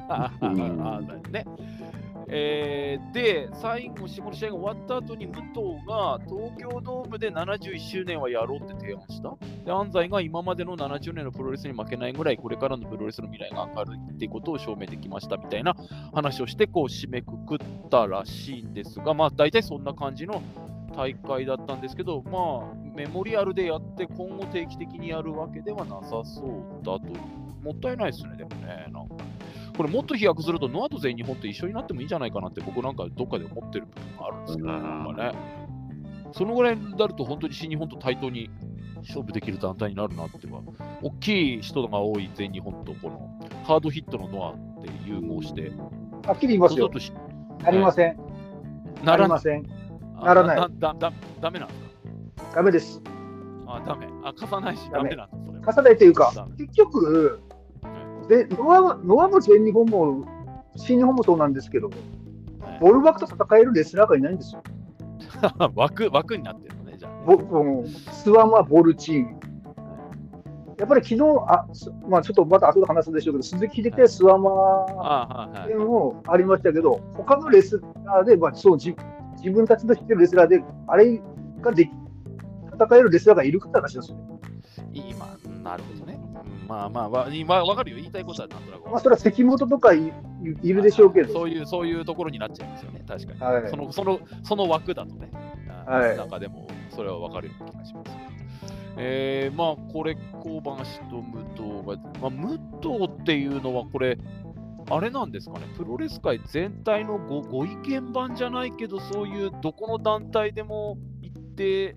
で、最後、この試合が終わった後に武藤が東京ドームで71周年はやろうって提案した。で、安西が今までの70年のプロレスに負けないぐらい、これからのプロレスの未来が明るいっていうことを証明できましたみたいな話をして、こう締めくくったらしいんですが、まあ、大体そんな感じの大会だったんですけど、まあ、メモリアルでやって今後定期的にやるわけではなさそうだと。もったいないですね、でもね。なんかこれもっと飛躍すると、ノアと全日本と一緒になってもいいんじゃないかなって、僕なんかどっかで思ってる部分があるんですけど、なんかね。そのぐらいになると、本当に新日本と対等に勝負できる団体になるなっては、大きい人が多い全日本と、このハードヒットのノアって融合して。 はっきり言いますよ。なりません。なりません。ならない。 ダメなんですか？ ダメです。 ダメ。貸さないし、ダメなんです。 貸さないというか、結局、ノアも全日本も新日本もそうなんですけど、ボル枠と戦えるレスラーがいないんですよ。 枠になってるのね、じゃあ。スワンはボルチン。やっぱり昨日、まあちょっとまた後で話すでしょうけど、鈴木秀樹スワマ戦もありましたけど、他のレスラーで、まあ、自分たちの知ってるレスラーで、あれが戦えるレスラーがいるかって話ですよね。 なるほどね。まあ、わかるよ。言いたいことはなんとなく。 まあ、それは関本とかいるでしょうけど。 そういうところになっちゃいますよね。確かに。その枠だとね。なんかでも、それはわかるような気がします。まあ、これ、小林と武藤が、まあ、武藤っていうのは、これ、あれなんですかね、プロレス界全体のご意見番じゃないけど、そういうどこの団体でも行って、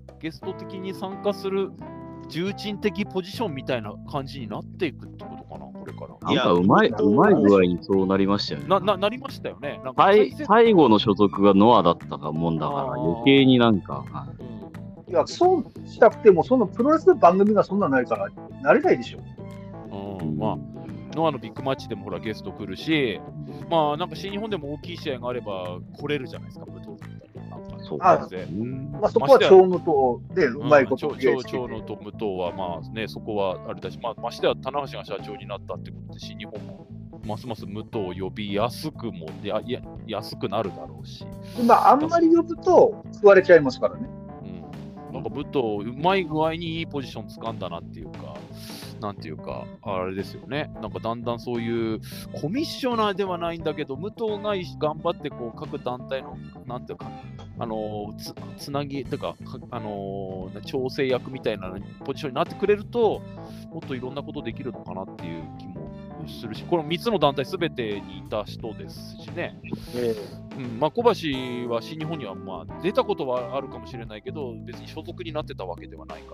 ゲスト的に参加する重鎮的ポジションみたいな感じになっていくってことかな、これから。 なんかうまい具合にそうなりましたよね。 なりましたよね。 なんか最後の所属がノアだったかもんだから、余計になんか。 いや、そうしたくても、そのプロレスの番組がそんなないから、なれないでしょ。 まあ、ノアのビッグマッチでもほらゲスト来るし、まあ、なんか新日本でも大きい試合があれば来れるじゃないですか、武藤だったら。 そうまあ、そこは長野とでうまいこと。 長野と武藤は、まあね、そこはあれだし、ましては棚橋が社長になったってことで、新日本もますます武藤を呼びやすくも安くなるだろうし。 あんまり呼ぶと食われちゃいますからね。 なんか武藤、うまい具合にいいポジション掴んだなっていうか、なんていうか、あれですよね。なんかだんだんそういうコミッショナーではないんだけど、武藤が頑張ってこう各団体の、なんていうか、つなぎとか、調整役みたいなポジションになってくれると、もっといろんなことできるのかなっていう気もするし、この3つの団体すべてにいた人ですしね。まあ、小橋は新日本にはまあ出たことはあるかもしれないけど、別に所属になってたわけではないから、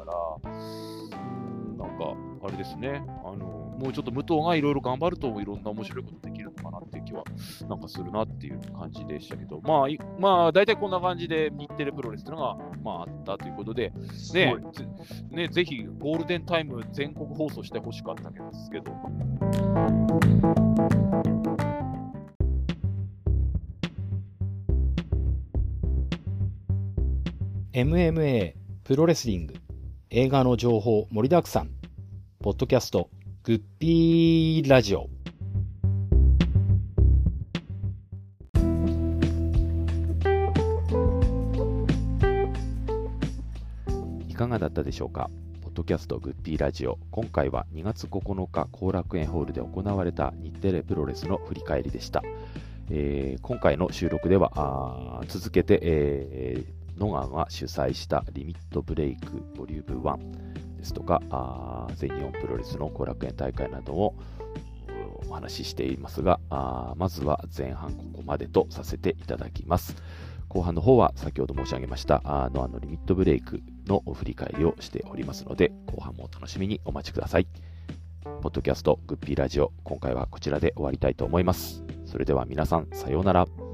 なんか、あれですね、もうちょっと武藤がいろいろ頑張るといろんな面白いことできるのかなっていう気はなんかするなっていう感じでしたけど、まあ大体こんな感じで日テレプロレスというのが、まあ、あったということで、ね、ぜひゴールデンタイム全国放送してほしかったわけですけど。 MMA プロレスリング映画の情報盛りだくさんポッドキャストグッピーラジオ。いかがだったでしょうか。ポッドキャストグッピーラジオ。今回は2月9日後楽園ホールで行われた日テレプロレスの振り返りでした。今回の収録では続けて、ノガンが主催したリミットブレイクボリューム1ですとか、全日本プロレスの後楽園大会などをお話ししていますが、まずは前半ここまでとさせていただきます。後半の方は先ほど申し上げましたノアのリミットブレイクの振り返りをしておりますので、後半もお楽しみにお待ちください。ポッドキャストグッピーラジオ、今回はこちらで終わりたいと思います。それでは皆さん、さようなら。